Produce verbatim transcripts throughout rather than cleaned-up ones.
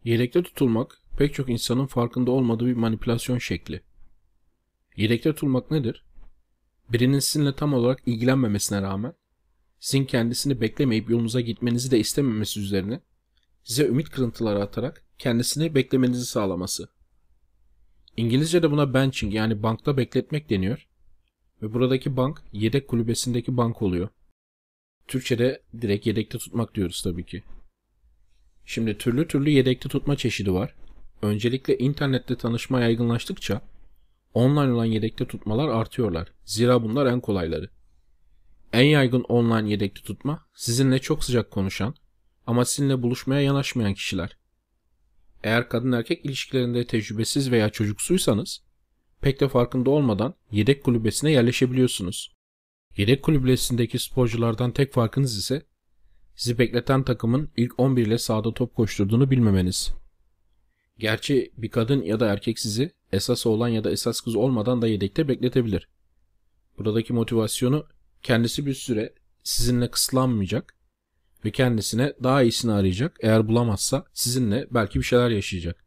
Yedekte tutulmak pek çok insanın farkında olmadığı bir manipülasyon şekli. Yedekte tutulmak nedir? Birinin sizinle tam olarak ilgilenmemesine rağmen sizin kendisini beklemeyip yolunuza gitmenizi de istememesi üzerine size ümit kırıntıları atarak kendisini beklemenizi sağlaması. İngilizce'de buna benching yani bankta bekletmek deniyor ve buradaki bank yedek kulübesindeki bank oluyor. Türkçe'de direkt yedekte tutmak diyoruz tabii ki. Şimdi türlü türlü yedekte tutma çeşidi var. Öncelikle internette tanışma yaygınlaştıkça online olan yedekte tutmalar artıyorlar. Zira bunlar en kolayları. En yaygın online yedekte tutma sizinle çok sıcak konuşan ama sizinle buluşmaya yanaşmayan kişiler. Eğer kadın erkek ilişkilerinde tecrübesiz veya çocuksuysanız pek de farkında olmadan yedek kulübesine yerleşebiliyorsunuz. Yedek kulübesindeki sporculardan tek farkınız ise sizi bekleten takımın ilk on bir ile sahada top koşturduğunu bilmemeniz. Gerçi bir kadın ya da erkek sizi esas oğlan ya da esas kız olmadan da yedekte bekletebilir. Buradaki motivasyonu kendisi bir süre sizinle kısıtlanmayacak ve kendisine daha iyisini arayacak. Eğer bulamazsa sizinle belki bir şeyler yaşayacak.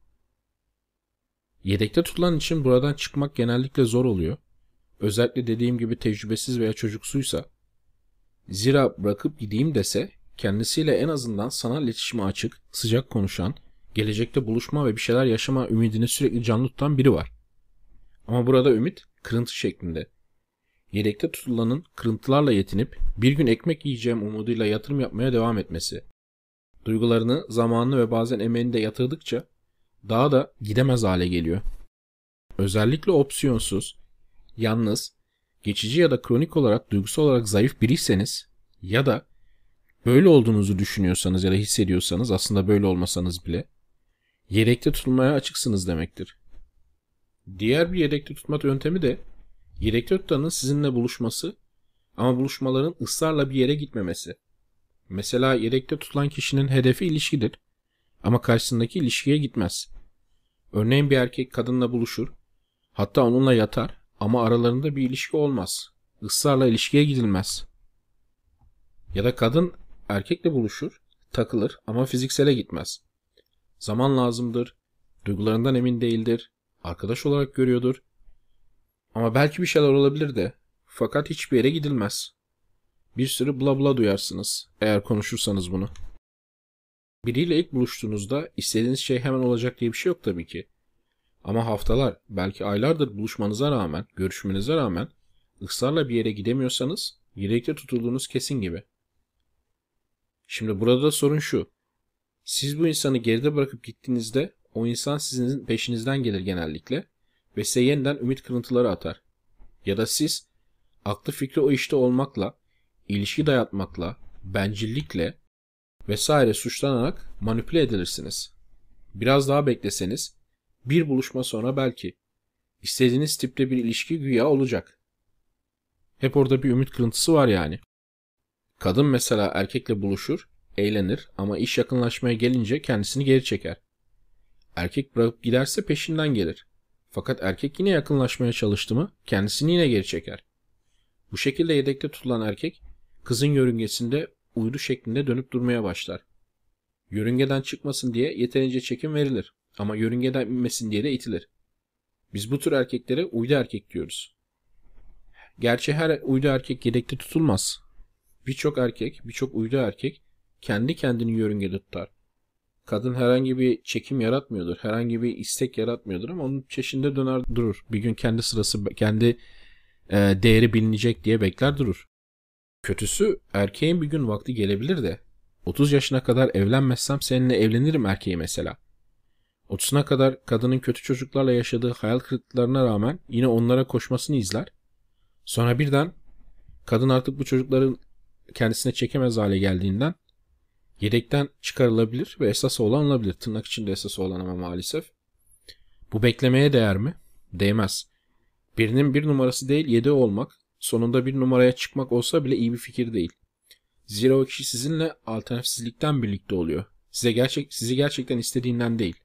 Yedekte tutulan için buradan çıkmak genellikle zor oluyor. Özellikle dediğim gibi tecrübesiz veya çocuksuysa. Zira bırakıp gideyim dese kendisiyle en azından sanal iletişime açık, sıcak konuşan, gelecekte buluşma ve bir şeyler yaşama ümidini sürekli canlı tutan biri var. Ama burada ümit kırıntı şeklinde. Yedekte tutulanın kırıntılarla yetinip bir gün ekmek yiyeceğim umuduyla yatırım yapmaya devam etmesi. Duygularını, zamanını ve bazen emeğini de yatırdıkça daha da gidemez hale geliyor. Özellikle opsiyonsuz, yalnız, geçici ya da kronik olarak duygusal olarak zayıf biriyseniz ya da böyle olduğunuzu düşünüyorsanız ya da hissediyorsanız aslında böyle olmasanız bile yedekte tutulmaya açıksınız demektir. Diğer bir yedekte tutma yöntemi de yedekte tutanın sizinle buluşması ama buluşmaların ısrarla bir yere gitmemesi. Mesela yedekte tutulan kişinin hedefi ilişkidir ama karşısındaki ilişkiye gitmez. Örneğin bir erkek kadınla buluşur, hatta onunla yatar ama aralarında bir ilişki olmaz. Israrla ilişkiye gidilmez. Ya da kadın erkekle buluşur, takılır ama fiziksele gitmez. Zaman lazımdır, duygularından emin değildir, arkadaş olarak görüyordur. Ama belki bir şeyler olabilir de, fakat hiçbir yere gidilmez. Bir sürü bla bla duyarsınız eğer konuşursanız bunu. Biriyle ilk buluştuğunuzda istediğiniz şey hemen olacak diye bir şey yok tabii ki. Ama haftalar, belki aylardır buluşmanıza rağmen, görüşmenize rağmen ısrarla bir yere gidemiyorsanız yedekte tutulduğunuz kesin gibi. Şimdi burada da sorun şu. Siz bu insanı geride bırakıp gittiğinizde o insan sizin peşinizden gelir genellikle ve size yeniden ümit kırıntıları atar. Ya da siz aklı fikri o işte olmakla, ilişki dayatmakla, bencillikle vesaire suçlanarak manipüle edilirsiniz. Biraz daha bekleseniz bir buluşma sonra belki istediğiniz tipte bir ilişki güya olacak. Hep orada bir ümit kırıntısı var yani. Kadın mesela erkekle buluşur, eğlenir ama iş yakınlaşmaya gelince kendisini geri çeker. Erkek bırakıp giderse peşinden gelir. Fakat erkek yine yakınlaşmaya çalıştı mı kendisini yine geri çeker. Bu şekilde yedekte tutulan erkek kızın yörüngesinde uydu şeklinde dönüp durmaya başlar. Yörüngeden çıkmasın diye yeterince çekim verilir ama yörüngeden inmesin diye de itilir. Biz bu tür erkeklere uydu erkek diyoruz. Gerçi her uydu erkek yedekte tutulmaz. Birçok erkek, birçok uydu erkek kendi kendini yörüngede tutar. Kadın herhangi bir çekim yaratmıyordur, herhangi bir istek yaratmıyordur ama onun peşinde döner durur. Bir gün kendi sırası, kendi e, değeri bilinecek diye bekler durur. Kötüsü erkeğin bir gün vakti gelebilir de otuz yaşına kadar evlenmezsem seninle evlenirim erkeği mesela. otuzuna kadar kadının kötü çocuklarla yaşadığı hayal kırıklıklarına rağmen yine onlara koşmasını izler. Sonra birden kadın artık bu çocukların kendisine çekemez hale geldiğinden yedekten çıkarılabilir ve esas olan olabilir. Tırnak içinde esas olan ama maalesef. Bu beklemeye değer mi? Değmez. Birinin bir numarası değil yedeği olmak, sonunda bir numaraya çıkmak olsa bile iyi bir fikir değil. Zira o kişi sizinle alternatifsizlikten birlikte oluyor. Size gerçek, sizi gerçekten istediğinden değil.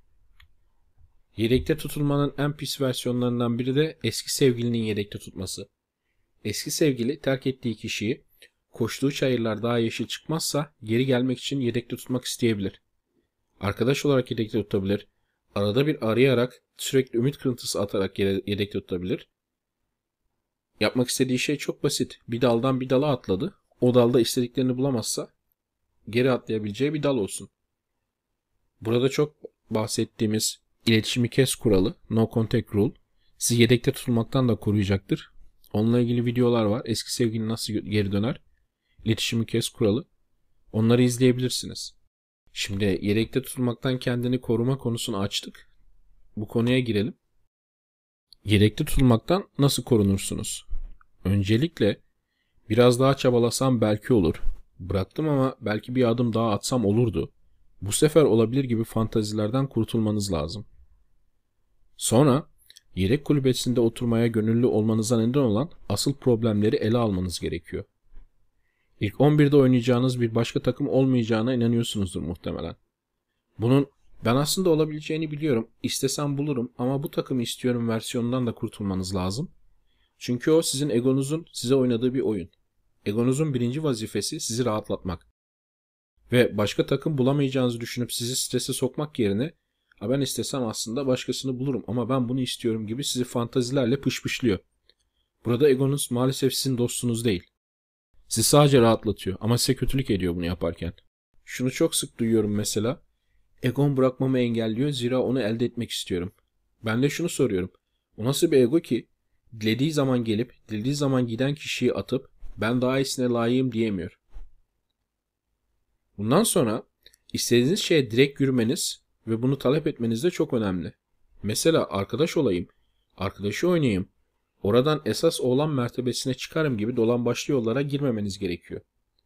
Yedekte tutulmanın en pis versiyonlarından biri de eski sevgilinin yedekte tutması. Eski sevgili terk ettiği kişiyi koştuğu çayırlar daha yeşil çıkmazsa geri gelmek için yedekte tutmak isteyebilir. Arkadaş olarak yedekte tutabilir. Arada bir arayarak sürekli ümit kırıntısı atarak yedekte tutabilir. Yapmak istediği şey çok basit. Bir daldan bir dala atladı. O dalda istediklerini bulamazsa geri atlayabileceği bir dal olsun. Burada çok bahsettiğimiz iletişimi kes kuralı, no contact rule, sizi yedekte tutulmaktan da koruyacaktır. Onunla ilgili videolar var. Eski sevgili nasıl geri döner? İletişimi kes kuralı. Onları izleyebilirsiniz. Şimdi yedekte tutulmaktan kendini koruma konusunu açtık. Bu konuya girelim. Yedekte tutulmaktan nasıl korunursunuz? Öncelikle biraz daha çabalasam belki olur. Bıraktım ama belki bir adım daha atsam olurdu. Bu sefer olabilir gibi fantazilerden kurtulmanız lazım. Sonra yedek kulübesinde oturmaya gönüllü olmanıza neden olan asıl problemleri ele almanız gerekiyor. İlk on birde oynayacağınız bir başka takım olmayacağına inanıyorsunuzdur muhtemelen. Bunun ben aslında olabileceğini biliyorum, istesem bulurum ama bu takımı istiyorum versiyonundan da kurtulmanız lazım. Çünkü o sizin egonuzun size oynadığı bir oyun. Egonuzun birinci vazifesi sizi rahatlatmak. Ve başka takım bulamayacağınızı düşünüp sizi strese sokmak yerine ben istesem aslında başkasını bulurum ama ben bunu istiyorum gibi sizi fantazilerle pışpışlıyor. Burada egonuz maalesef sizin dostunuz değil. Sizi sadece rahatlatıyor ama size kötülük ediyor bunu yaparken. Şunu çok sık duyuyorum mesela. Egon bırakmamı engelliyor zira onu elde etmek istiyorum. Ben de şunu soruyorum. O nasıl bir ego ki dilediği zaman gelip dilediği zaman giden kişiyi atıp ben daha iyisine layığım diyemiyor. Bundan sonra istediğiniz şeye direkt yürümeniz ve bunu talep etmeniz de çok önemli. Mesela arkadaş olayım, arkadaşı oynayayım, oradan esas oğlan mertebesine çıkarım gibi dolambaçlı yollara girmemeniz gerekiyor.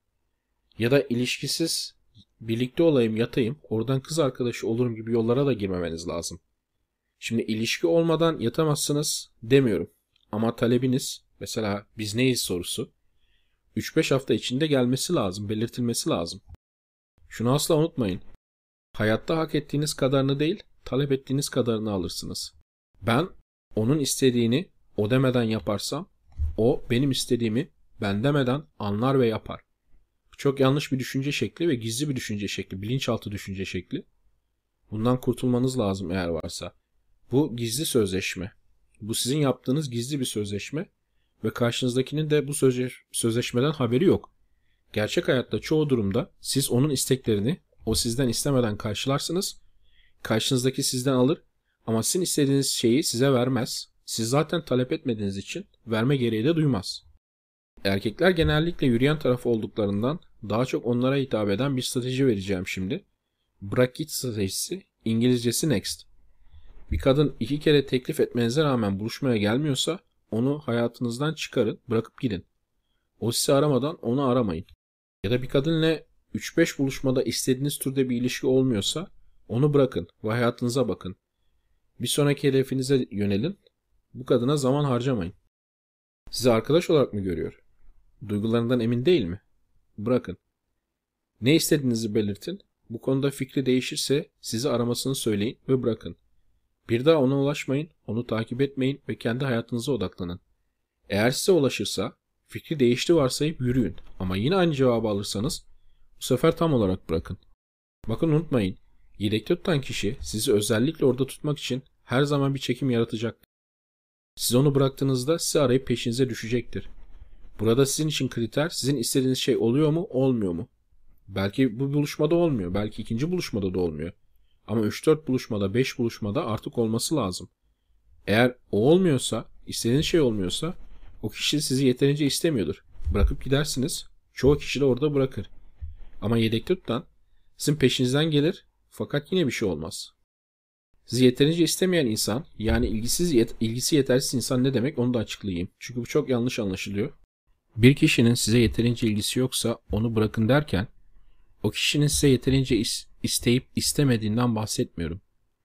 Ya da ilişkisiz birlikte olayım, yatayım, oradan kız arkadaşı olurum gibi yollara da girmemeniz lazım. Şimdi ilişki olmadan yatamazsınız demiyorum. Ama talebiniz, mesela biz neyiz sorusu, üç beş hafta içinde gelmesi lazım, belirtilmesi lazım. Şunu asla unutmayın. Hayatta hak ettiğiniz kadarını değil, talep ettiğiniz kadarını alırsınız. Ben onun istediğini o demeden yaparsam, o benim istediğimi ben demeden anlar ve yapar. Bu çok yanlış bir düşünce şekli ve gizli bir düşünce şekli, bilinçaltı düşünce şekli. Bundan kurtulmanız lazım eğer varsa. Bu gizli sözleşme. Bu sizin yaptığınız gizli bir sözleşme ve karşınızdakinin de bu sözleşmeden haberi yok. Gerçek hayatta çoğu durumda siz onun isteklerini o sizden istemeden karşılarsınız. Karşınızdaki sizden alır ama sizin istediğiniz şeyi size vermez. Siz zaten talep etmediğiniz için verme gereği de duymaz. Erkekler genellikle yürüyen taraf olduklarından daha çok onlara hitap eden bir strateji vereceğim şimdi. Bırak git stratejisi, İngilizcesi next. Bir kadın iki kere teklif etmenize rağmen buluşmaya gelmiyorsa onu hayatınızdan çıkarın, bırakıp gidin. O sizi aramadan onu aramayın. Ya da bir kadınla üç beş buluşmada istediğiniz türde bir ilişki olmuyorsa onu bırakın ve hayatınıza bakın. Bir sonraki hedefinize yönelin. Bu kadına zaman harcamayın. Sizi arkadaş olarak mı görüyor? Duygularından emin değil mi? Bırakın. Ne istediğinizi belirtin. Bu konuda fikri değişirse sizi aramasını söyleyin ve bırakın. Bir daha ona ulaşmayın, onu takip etmeyin ve kendi hayatınıza odaklanın. Eğer size ulaşırsa fikri değişti varsayıp yürüyün ama yine aynı cevabı alırsanız bu sefer tam olarak bırakın. Bakın unutmayın, yedekte tutan kişi sizi özellikle orada tutmak için her zaman bir çekim yaratacaktır. Siz onu bıraktığınızda sizi arayıp peşinize düşecektir. Burada sizin için kriter sizin istediğiniz şey oluyor mu, olmuyor mu? Belki bu buluşmada olmuyor, belki ikinci buluşmada da olmuyor. Ama üç dört buluşmada, beş buluşmada artık olması lazım. Eğer o olmuyorsa, istediğiniz şey olmuyorsa o kişi sizi yeterince istemiyordur. Bırakıp gidersiniz. Çoğu kişi de orada bırakır. Ama yedekte tutan sizin peşinizden gelir fakat yine bir şey olmaz. Sizi yeterince istemeyen insan, yani ilgisiz yet ilgisi yetersiz insan ne demek onu da açıklayayım. Çünkü bu çok yanlış anlaşılıyor. Bir kişinin size yeterince ilgisi yoksa onu bırakın derken o kişinin size yeterince is isteyip istemediğinden bahsetmiyorum.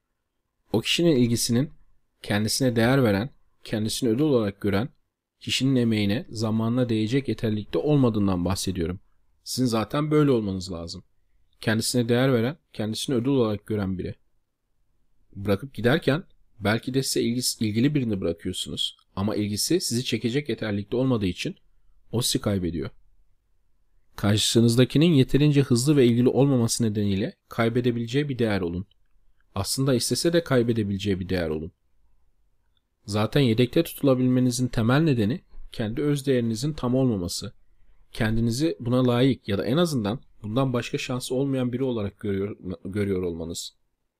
O kişinin ilgisinin kendisine değer veren, kendisini ödül olarak gören, kişinin emeğine, zamanına değecek yeterlilikte olmadığından bahsediyorum. Sizin zaten böyle olmanız lazım. Kendisine değer veren, kendisini ödül olarak gören biri. Bırakıp giderken belki de size ilgisi, ilgili birini bırakıyorsunuz. Ama ilgisi sizi çekecek yeterlilikte olmadığı için o sizi kaybediyor. Karşınızdakinin yeterince hızlı ve ilgili olmaması nedeniyle kaybedebileceği bir değer olun. Aslında istese de kaybedebileceği bir değer olun. Zaten yedekte tutulabilmenizin temel nedeni kendi öz değerinizin tam olmaması. Kendinizi buna layık ya da en azından bundan başka şansı olmayan biri olarak görüyor, görüyor olmanız.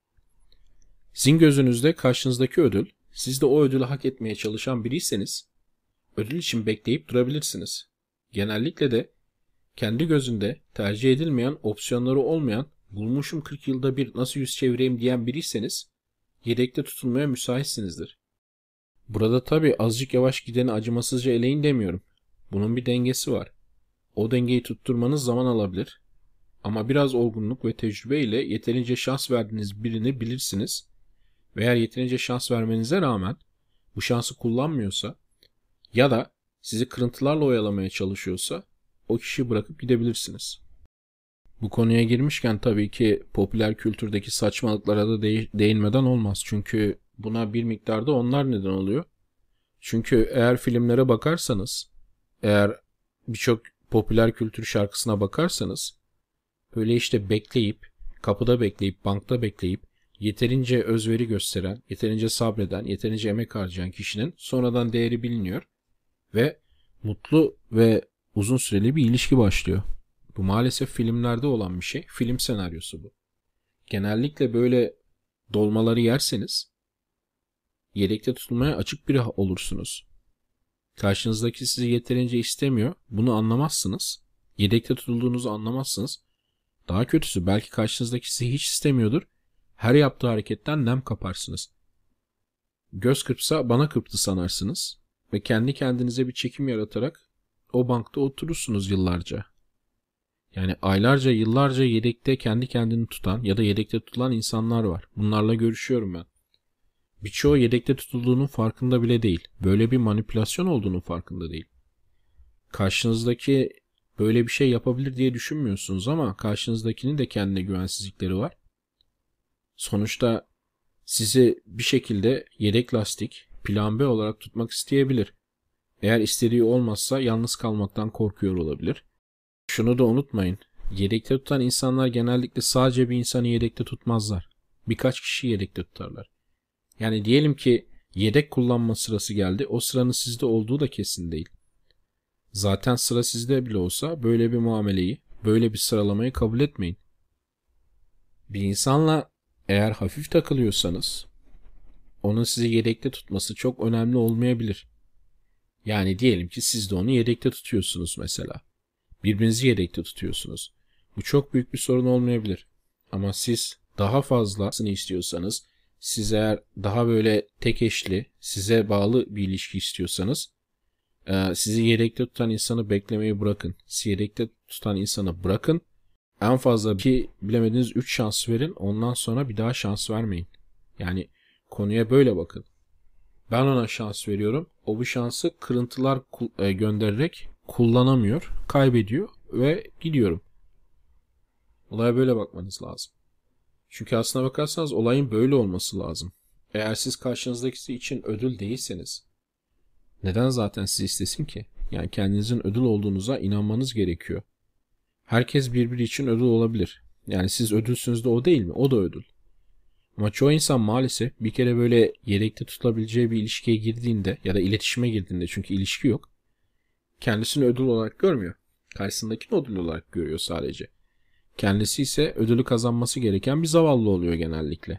Sizin gözünüzde karşınızdaki ödül, siz de o ödülü hak etmeye çalışan biriyseniz, ödül için bekleyip durabilirsiniz. Genellikle de kendi gözünde tercih edilmeyen, opsiyonları olmayan, bulmuşum kırk yılda bir nasıl yüz çevireyim diyen biriyseniz, yedekte tutulmaya müsaitsinizdir. Burada tabii azıcık yavaş gideni acımasızca eleyin demiyorum. Bunun bir dengesi var. O dengeyi tutturmanız zaman alabilir. Ama biraz olgunluk ve tecrübe ile yeterince şans verdiğiniz birini bilirsiniz. Ve eğer yeterince şans vermenize rağmen bu şansı kullanmıyorsa ya da sizi kırıntılarla oyalamaya çalışıyorsa o kişiyi bırakıp gidebilirsiniz. Bu konuya girmişken tabii ki popüler kültürdeki saçmalıklara da de- değinmeden olmaz. Çünkü buna bir miktarda onlar neden oluyor. Çünkü eğer filmlere bakarsanız, eğer birçok popüler kültür şarkısına bakarsanız, böyle işte bekleyip, kapıda bekleyip, bankta bekleyip, yeterince özveri gösteren, yeterince sabreden, yeterince emek harcayan kişinin sonradan değeri biliniyor ve mutlu ve uzun süreli bir ilişki başlıyor. Bu maalesef filmlerde olan bir şey. Film senaryosu bu. Genellikle böyle dolmaları yerseniz yedekte tutulmaya açık biri olursunuz. Karşınızdaki sizi yeterince istemiyor. Bunu anlamazsınız. Yedekte tutulduğunuzu anlamazsınız. Daha kötüsü belki karşınızdaki sizi hiç istemiyordur. Her yaptığı hareketten nem kaparsınız. Göz kırpsa bana kırptı sanarsınız. Ve kendi kendinize bir çekim yaratarak o bankta oturursunuz yıllarca. Yani aylarca, yıllarca yedekte kendi kendini tutan ya da yedekte tutulan insanlar var. Bunlarla görüşüyorum ben. Birçoğu yedekte tutulduğunun farkında bile değil. Böyle bir manipülasyon olduğunun farkında değil. Karşınızdaki böyle bir şey yapabilir diye düşünmüyorsunuz ama karşınızdakinin de kendine güvensizlikleri var. Sonuçta sizi bir şekilde yedek lastik, plan B olarak tutmak isteyebilir. Eğer istediği olmazsa yalnız kalmaktan korkuyor olabilir. Şunu da unutmayın. Yedekte tutan insanlar genellikle sadece bir insanı yedekte tutmazlar. Birkaç kişi yedekte tutarlar. Yani diyelim ki yedek kullanma sırası geldi. O sıranın sizde olduğu da kesin değil. Zaten sıra sizde bile olsa böyle bir muameleyi, böyle bir sıralamayı kabul etmeyin. Bir insanla eğer hafif takılıyorsanız onun sizi yedekte tutması çok önemli olmayabilir. Yani diyelim ki siz de onu yedekte tutuyorsunuz mesela. Birbirinizi yedekte tutuyorsunuz. Bu çok büyük bir sorun olmayabilir. Ama siz daha fazlasını istiyorsanız, siz eğer daha böyle tek eşli, size bağlı bir ilişki istiyorsanız, sizi yedekte tutan insanı beklemeyi bırakın. Sizi yedekte tutan insanı bırakın. En fazla ki bilemediğiniz üç şans verin. Ondan sonra bir daha şans vermeyin. Yani konuya böyle bakın. Ben ona şans veriyorum. O bu şansı kırıntılar göndererek kullanamıyor, kaybediyor ve gidiyorum. Olaya böyle bakmanız lazım. Çünkü aslına bakarsanız olayın böyle olması lazım. Eğer siz karşınızdakisi için ödül değilseniz, neden zaten sizi istesin ki? Yani kendinizin ödül olduğunuza inanmanız gerekiyor. Herkes birbiri için ödül olabilir. Yani siz ödülsünüz de o değil mi? O da ödül. Ama çoğu insan maalesef bir kere böyle yedekte tutulabileceği bir ilişkiye girdiğinde ya da iletişime girdiğinde, çünkü ilişki yok, kendisini ödül olarak görmüyor. Karşısındakini ödül olarak görüyor sadece. Kendisi ise ödülü kazanması gereken bir zavallı oluyor genellikle.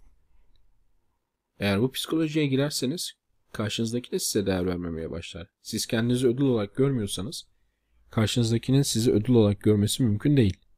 Eğer bu psikolojiye girerseniz karşınızdaki de size değer vermemeye başlar. Siz kendinizi ödül olarak görmüyorsanız karşınızdakinin sizi ödül olarak görmesi mümkün değil.